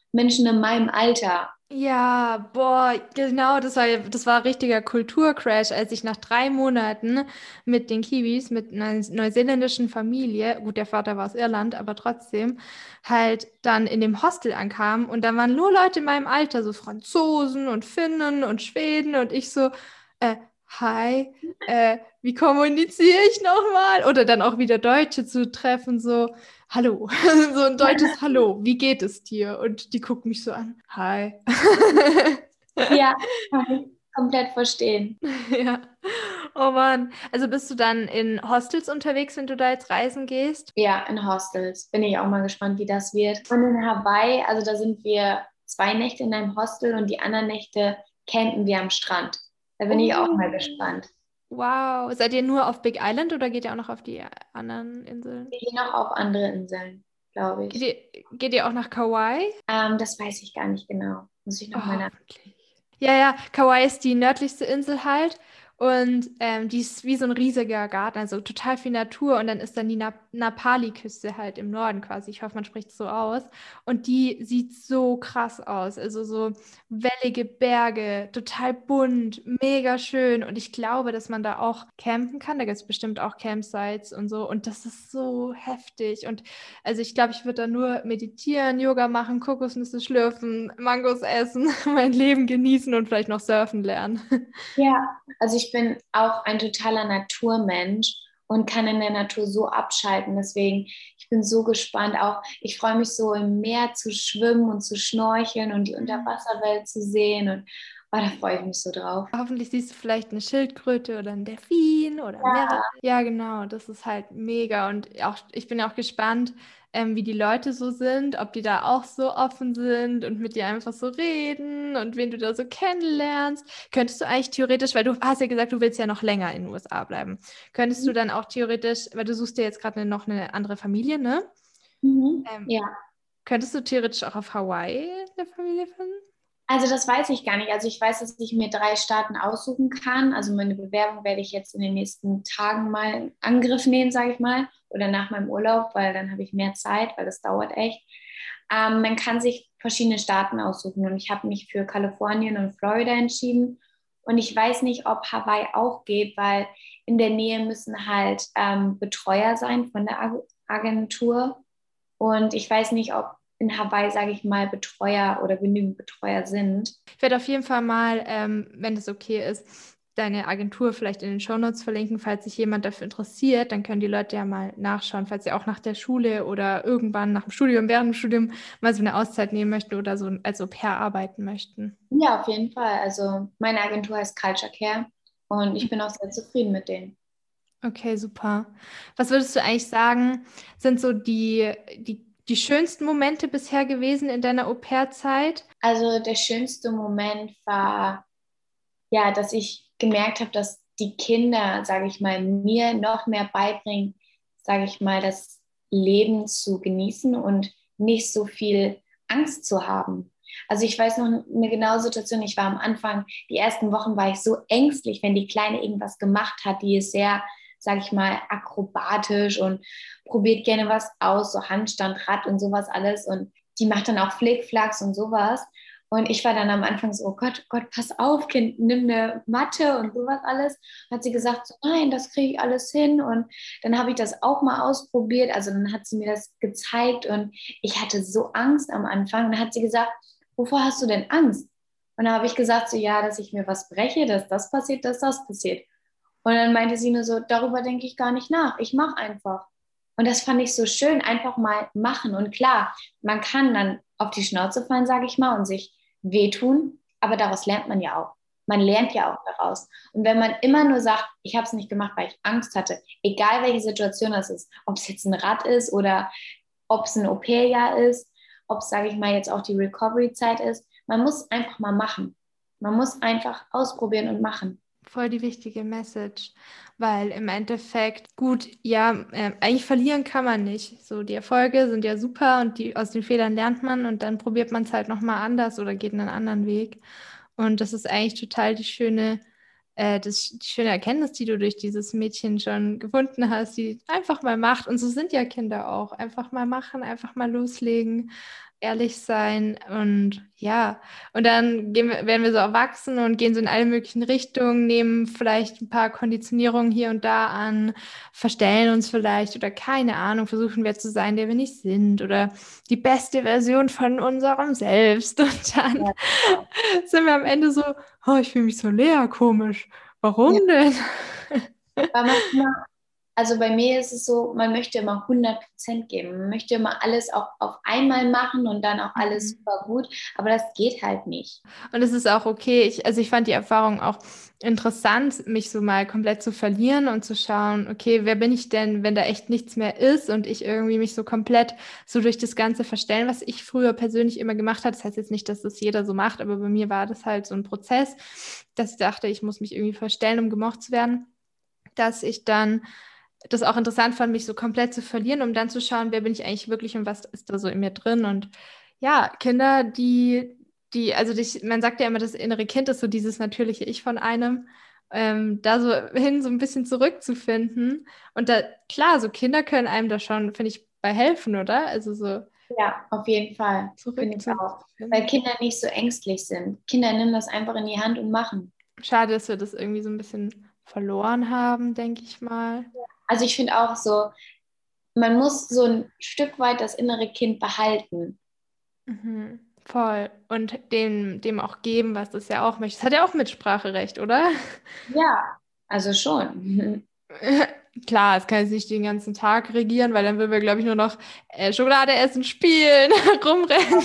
Menschen in meinem Alter. Ja, boah, genau, das war richtiger Kulturcrash, als ich nach 3 Monaten mit den Kiwis, mit einer neuseeländischen Familie, gut, der Vater war aus Irland, aber trotzdem, halt dann in dem Hostel ankam und da waren nur Leute in meinem Alter, so Franzosen und Finnen und Schweden und ich so, äh, hi, wie kommuniziere ich nochmal? Oder dann auch wieder Deutsche zu treffen, so, hallo, so ein deutsches Hallo, wie geht es dir? Und die gucken mich so an. Hi. Ja, kann ich komplett verstehen. Ja. Oh Mann. Also bist du dann in Hostels unterwegs, wenn du da jetzt reisen gehst? Ja, in Hostels. Bin ich auch mal gespannt, wie das wird. Und in Hawaii, also da sind wir 2 Nächte in einem Hostel und die anderen Nächte campen wir am Strand. Da bin ich auch mal Oh, gespannt. wow. Seid ihr nur auf Big Island oder geht ihr auch noch auf die anderen Inseln? Wir gehen noch auf andere Inseln, glaube Geht ich. ihr, geht ihr auch nach Kauai? Das weiß ich gar nicht genau. Muss ich Oh, noch mal nach. hoffentlich. Ja, ja, Kauai ist die nördlichste Insel halt und die ist wie so ein riesiger Garten, also total viel Natur und dann ist dann die Napali-Küste halt im Norden quasi. Ich hoffe, man spricht es so aus. Und die sieht so krass aus, also so wellige Berge, total bunt, mega schön und ich glaube, dass man da auch campen kann. Da gibt es bestimmt auch Campsites und so und das ist so heftig und also ich glaube, ich würde da nur meditieren, Yoga machen, Kokosnüsse schlürfen, Mangos essen, mein Leben genießen und vielleicht noch surfen lernen. Ja, also ich bin auch ein totaler Naturmensch und kann in der Natur so abschalten. Deswegen, ich bin so gespannt. Auch ich freue mich so im Meer zu schwimmen und zu schnorcheln und die Unterwasserwelt zu sehen. Und da freue ich mich so drauf. Hoffentlich siehst du vielleicht eine Schildkröte oder einen Delfin oder mehrere. Ja, genau, das ist halt mega. Und auch, ich bin auch gespannt, wie die Leute so sind, ob die da auch so offen sind und mit dir einfach so reden und wen du da so kennenlernst. Könntest du eigentlich theoretisch, weil du hast ja gesagt, du willst ja noch länger in den USA bleiben, könntest du dann auch theoretisch, weil du suchst ja jetzt gerade noch eine andere Familie, ne? Mhm. Ähm, Ja. könntest du theoretisch auch auf Hawaii eine Familie finden? Also das weiß ich gar nicht. Also ich weiß, dass ich mir 3 Staaten aussuchen kann. Also meine Bewerbung werde ich jetzt in den nächsten Tagen mal in Angriff nehmen, sage ich mal, oder nach meinem Urlaub, weil dann habe ich mehr Zeit, weil das dauert echt. Man kann sich verschiedene Staaten aussuchen und ich habe mich für Kalifornien und Florida entschieden. Und ich weiß nicht, ob Hawaii auch geht, weil in der Nähe müssen halt Betreuer sein von der Agentur. Und ich weiß nicht, ob in Hawaii, sage ich mal, Betreuer oder genügend Betreuer sind. Ich werde auf jeden Fall mal, wenn das okay ist, deine Agentur vielleicht in den Shownotes verlinken, falls sich jemand dafür interessiert, dann können die Leute ja mal nachschauen, falls sie auch nach der Schule oder irgendwann nach dem Studium, während dem Studium mal so eine Auszeit nehmen möchten oder so als Au-pair arbeiten möchten. Ja, auf jeden Fall. Also meine Agentur heißt Culture Care und ich bin auch sehr zufrieden mit denen. Okay, super. Was würdest du eigentlich sagen, sind so die schönsten Momente bisher gewesen in deiner Au-pair-Zeit? Also der schönste Moment war, ja, dass ich gemerkt habe, dass die Kinder, sage ich mal, mir noch mehr beibringen, sage ich mal, das Leben zu genießen und nicht so viel Angst zu haben. Also ich weiß noch eine genaue Situation, ich war am Anfang, die ersten Wochen war ich so ängstlich, wenn die Kleine irgendwas gemacht hat, die ist sehr, sage ich mal, akrobatisch und probiert gerne was aus, so Handstand, Rad und sowas alles und die macht dann auch Flickflacks und sowas. Und ich war dann am Anfang so, oh Gott, Gott, pass auf, Kind, nimm eine Matte und sowas alles. Hat sie gesagt, so, nein, das kriege ich alles hin. Und dann habe ich das auch mal ausprobiert. Also dann hat sie mir das gezeigt und ich hatte so Angst am Anfang. Und dann hat sie gesagt, wovor hast du denn Angst? Und dann habe ich gesagt, so ja, dass ich mir was breche, dass das passiert, dass das passiert. Und dann meinte sie nur so, darüber denke ich gar nicht nach. Ich mache einfach. Und das fand ich so schön, einfach mal machen. Und klar, man kann dann auf die Schnauze fallen, sage ich mal, und sich wehtun, aber daraus lernt man ja auch. Man lernt ja auch daraus. Und wenn man immer nur sagt, ich habe es nicht gemacht, weil ich Angst hatte, egal welche Situation das ist, ob es jetzt ein Rad ist oder ob es ein Au-pair-Jahr ist, ob es, sage ich mal, jetzt auch die Recovery-Zeit ist, man muss einfach mal machen. Man muss einfach ausprobieren und machen. Voll die wichtige Message, weil im Endeffekt, gut, ja, eigentlich verlieren kann man nicht. So, die Erfolge sind ja super und aus den Fehlern lernt man und dann probiert man es halt nochmal anders oder geht einen anderen Weg. Und das ist eigentlich total die schöne Erkenntnis, die du durch dieses Mädchen schon gefunden hast, die einfach mal macht. Und so sind ja Kinder auch. Einfach mal machen, einfach mal loslegen. ehrlich sein und ja, und dann werden wir so erwachsen und gehen so in alle möglichen Richtungen, nehmen vielleicht ein paar Konditionierungen hier und da an, verstellen uns vielleicht oder keine Ahnung, versuchen wir zu sein, der wir nicht sind oder die beste Version von unserem Selbst und dann Ja, genau. sind wir am Ende so, oh, ich fühle mich so leer, komisch. Warum Ja, denn? weil man immer, also bei mir ist es so, man möchte immer 100% geben. Man möchte immer alles auch auf einmal machen und dann auch alles Mhm. super gut, aber das geht halt nicht. Und es ist auch okay. Also ich fand die Erfahrung auch interessant, mich so mal komplett zu verlieren und zu schauen, okay, wer bin ich denn, wenn da echt nichts mehr ist und ich irgendwie mich so komplett so durch das Ganze verstellen, was ich früher persönlich immer gemacht habe. Das heißt jetzt nicht, dass das jeder so macht, aber bei mir war das halt so ein Prozess, dass ich dachte, ich muss mich irgendwie verstellen, um gemocht zu werden, dass ich dann das auch interessant fand, mich so komplett zu verlieren, um dann zu schauen, wer bin ich eigentlich wirklich und was ist da so in mir drin. Und ja, Kinder, man sagt ja immer, das innere Kind ist so dieses natürliche Ich von einem, da so hin so ein bisschen zurückzufinden. Und da, klar, so Kinder können einem da schon, finde ich, bei helfen, oder? Also so Ja, auf jeden Fall, finde ich auch. Weil zurückzufinden. Kinder nicht so ängstlich sind. Kinder nehmen das einfach in die Hand und machen. Schade, dass wir das irgendwie so ein bisschen verloren haben, denke ich mal. Also ich finde auch so, man muss so ein Stück weit das innere Kind behalten. Mhm, voll. Und dem auch geben, was das ja auch möchte. Das hat ja auch Mitspracherecht, oder? Ja, also schon. Klar, es kann jetzt nicht den ganzen Tag regieren, weil dann würden wir, glaube ich, nur noch Schokolade essen, spielen, rumrennen.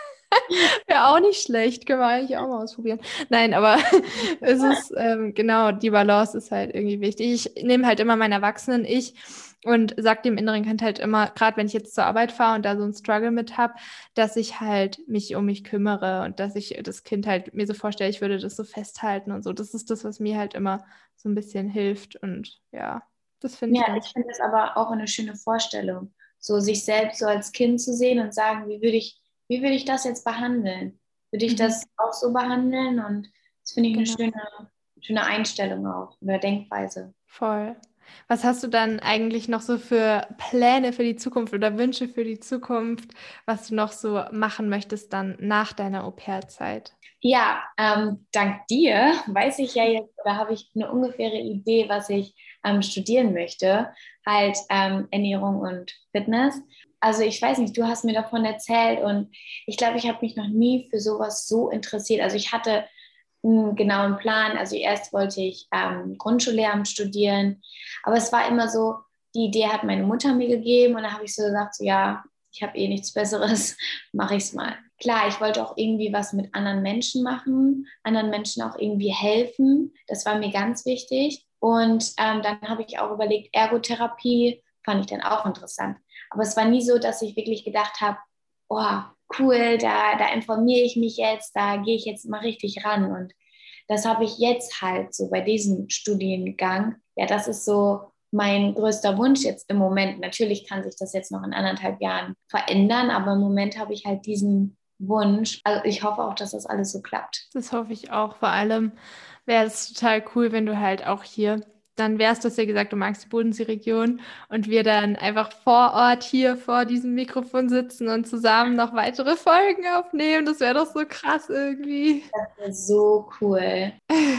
Wäre auch nicht schlecht, können wir eigentlich auch mal ausprobieren. Nein, aber es ist, genau, die Balance ist halt irgendwie wichtig. Ich nehme halt immer mein Erwachsenen-Ich und sag dem inneren Kind halt immer, gerade wenn ich jetzt zur Arbeit fahre und da so einen Struggle mit habe, dass ich halt mich um mich kümmere und dass ich das Kind halt mir so vorstelle, ich würde das so festhalten und so. Das ist das, was mir halt immer so ein bisschen hilft und ja, das finde ich Ja, ganz. ich finde das aber auch eine schöne Vorstellung, so sich selbst so als Kind zu sehen und sagen, wie würde ich das jetzt behandeln? Würde ich Mhm, das auch so behandeln? Und das finde ich eine genau. schöne Einstellung auch oder Denkweise. Voll. Was hast du dann eigentlich noch so für Pläne für die Zukunft oder Wünsche für die Zukunft, was du noch so machen möchtest dann nach deiner Au-pair-Zeit? Ja, dank dir weiß ich ja jetzt oder habe ich eine ungefähre Idee, was ich studieren möchte. Halt Ernährung und Fitness. Also ich weiß nicht, du hast mir davon erzählt und ich glaube, ich habe mich noch nie für sowas so interessiert. Also ich hatte einen genauen Plan. Also erst wollte ich Grundschullehramt studieren, aber es war immer so, die Idee hat meine Mutter mir gegeben und da habe ich so gesagt, so, ja, ich habe eh nichts Besseres, mache ich es mal. Klar, ich wollte auch irgendwie was mit anderen Menschen machen, anderen Menschen auch irgendwie helfen. Das war mir ganz wichtig. Und dann habe ich auch überlegt, Ergotherapie fand ich dann auch interessant. Aber es war nie so, dass ich wirklich gedacht habe, oh, cool, da informiere ich mich jetzt, da gehe ich jetzt mal richtig ran. Und das habe ich jetzt halt so bei diesem Studiengang. Ja, das ist so mein größter Wunsch jetzt im Moment. Natürlich kann sich das jetzt noch in 1,5 Jahren verändern, aber im Moment habe ich halt diesen Wunsch. Also ich hoffe auch, dass das alles so klappt. Das hoffe ich auch. Vor allem wäre es total cool, wenn du halt auch hier, dann wärst du hast ja gesagt, du magst die Bodensee-Region und wir dann einfach vor Ort hier vor diesem Mikrofon sitzen und zusammen noch weitere Folgen aufnehmen. Das wäre doch so krass irgendwie. Das wäre so cool.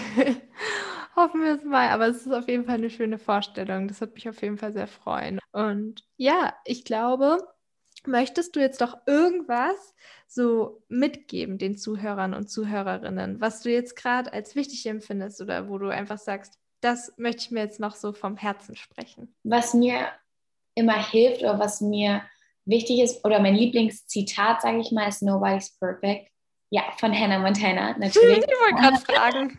Hoffen wir es mal, aber es ist auf jeden Fall eine schöne Vorstellung. Das wird mich auf jeden Fall sehr freuen. Und ja, ich glaube, möchtest du jetzt doch irgendwas so mitgeben den Zuhörern und Zuhörerinnen, was du jetzt gerade als wichtig empfindest oder wo du einfach sagst, das möchte ich mir jetzt noch so vom Herzen sprechen? Was mir immer hilft oder was mir wichtig ist, oder mein Lieblingszitat, sage ich mal, ist Nobody's perfect. Ja, von Hannah Montana, natürlich. Ich wollte gerade fragen.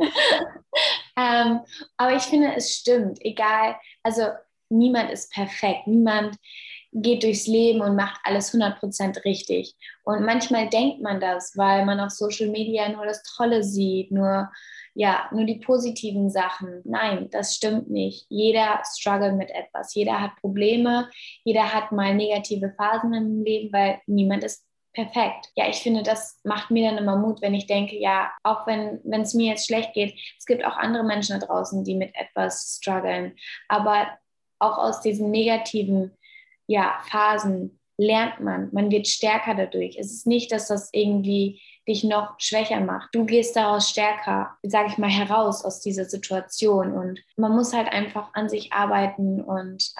ähm, aber ich finde, es stimmt, egal, also niemand ist perfekt, niemand geht durchs Leben und macht alles 100% richtig. Und manchmal denkt man das, weil man auf Social Media nur das Tolle sieht, nur, ja, nur die positiven Sachen. Nein, das stimmt nicht. Jeder struggelt mit etwas, jeder hat Probleme, jeder hat mal negative Phasen im Leben, weil niemand ist perfekt. Ja, ich finde, das macht mir dann immer Mut, wenn ich denke, ja, auch wenn es mir jetzt schlecht geht, es gibt auch andere Menschen da draußen, die mit etwas strugglen. Aber auch aus diesen negativen, ja, Phasen lernt man wird stärker dadurch. Es ist nicht, dass das irgendwie dich noch schwächer macht. Du gehst daraus stärker, sage ich mal, heraus aus dieser Situation und man muss halt einfach an sich arbeiten und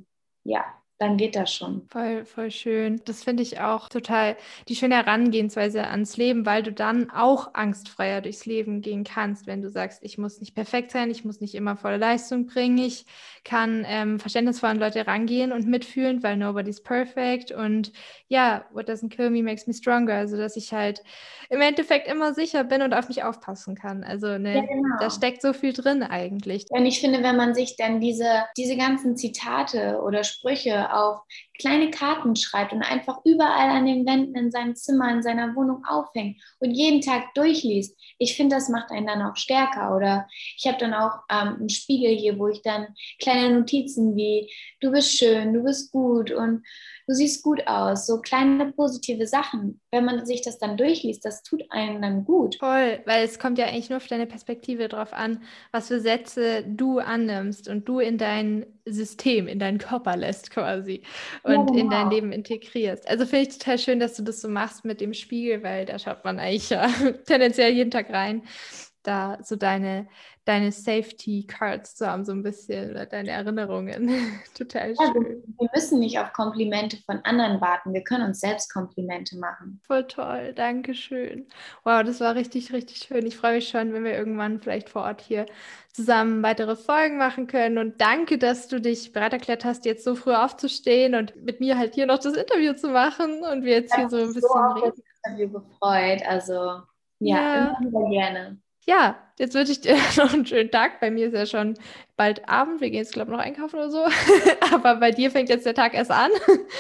ja, dann geht das schon. Voll, voll schön. Das finde ich auch total die schöne Herangehensweise ans Leben, weil du dann auch angstfreier durchs Leben gehen kannst, wenn du sagst, ich muss nicht perfekt sein, ich muss nicht immer volle Leistung bringen, ich kann verständnisvoll an Leute rangehen und mitfühlen, weil nobody's perfect und ja, what doesn't kill me makes me stronger, also dass ich halt im Endeffekt immer sicher bin und auf mich aufpassen kann. Also Ja, ne, da genau. steckt so viel drin eigentlich. Und ich finde, wenn man sich dann diese ganzen Zitate oder Sprüche auf kleine Karten schreibt und einfach überall an den Wänden in seinem Zimmer, in seiner Wohnung aufhängt und jeden Tag durchliest, ich finde, das macht einen dann auch stärker. Oder ich habe dann auch einen Spiegel hier, wo ich dann kleine Notizen wie, du bist schön, du bist gut und du siehst gut aus, so kleine positive Sachen. Wenn man sich das dann durchliest, das tut einem dann gut. Voll, weil es kommt ja eigentlich nur auf deine Perspektive drauf an, was für Sätze du annimmst und du in dein System, in deinen Körper lässt quasi Ja, und in dein genau. Leben integrierst. Also finde ich total schön, dass du das so machst mit dem Spiegel, weil da schaut man eigentlich ja tendenziell jeden Tag rein, da so deine Safety Cards zu haben, so ein bisschen, oder deine Erinnerungen. Total Ja, schön. wir müssen nicht auf Komplimente von anderen warten. Wir können uns selbst Komplimente machen. Voll toll, danke schön. Wow, das war richtig, richtig schön. Ich freue mich schon, wenn wir irgendwann vielleicht vor Ort hier zusammen weitere Folgen machen können. Und danke, dass du dich bereit erklärt hast, jetzt so früh aufzustehen und mit mir halt hier noch das Interview zu machen und wir jetzt Ich hier habe so ein mich so bisschen auf das reden. Interview gefreut. Also ja, immer Ja, wieder gerne. ja, jetzt wünsche ich dir noch einen schönen Tag. Bei mir ist ja schon bald Abend. Wir gehen jetzt, glaube ich, noch einkaufen oder so. Aber bei dir fängt jetzt der Tag erst an.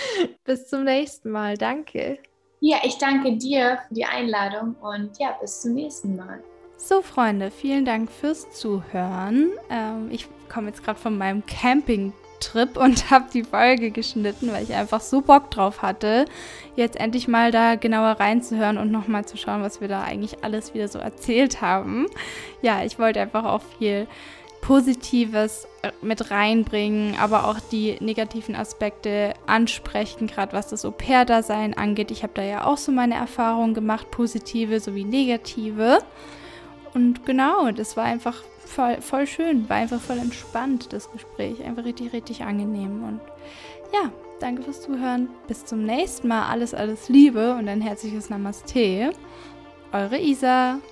Bis zum nächsten Mal. Danke. Ja, ich danke dir für die Einladung und ja, bis zum nächsten Mal. So, Freunde, vielen Dank fürs Zuhören. Ich komme jetzt gerade von meinem Campingtrip und habe die Folge geschnitten, weil ich einfach so Bock drauf hatte, jetzt endlich mal da genauer reinzuhören und nochmal zu schauen, was wir da eigentlich alles wieder so erzählt haben. Ja, ich wollte einfach auch viel Positives mit reinbringen, aber auch die negativen Aspekte ansprechen, gerade was das Au-pair-Dasein angeht. Ich habe da ja auch so meine Erfahrungen gemacht, positive sowie negative. Und genau, das war einfach voll schön, war einfach voll entspannt, das Gespräch. Einfach richtig, richtig angenehm. Und ja, danke fürs Zuhören. Bis zum nächsten Mal. Alles, alles Liebe und ein herzliches Namaste. Eure Isa.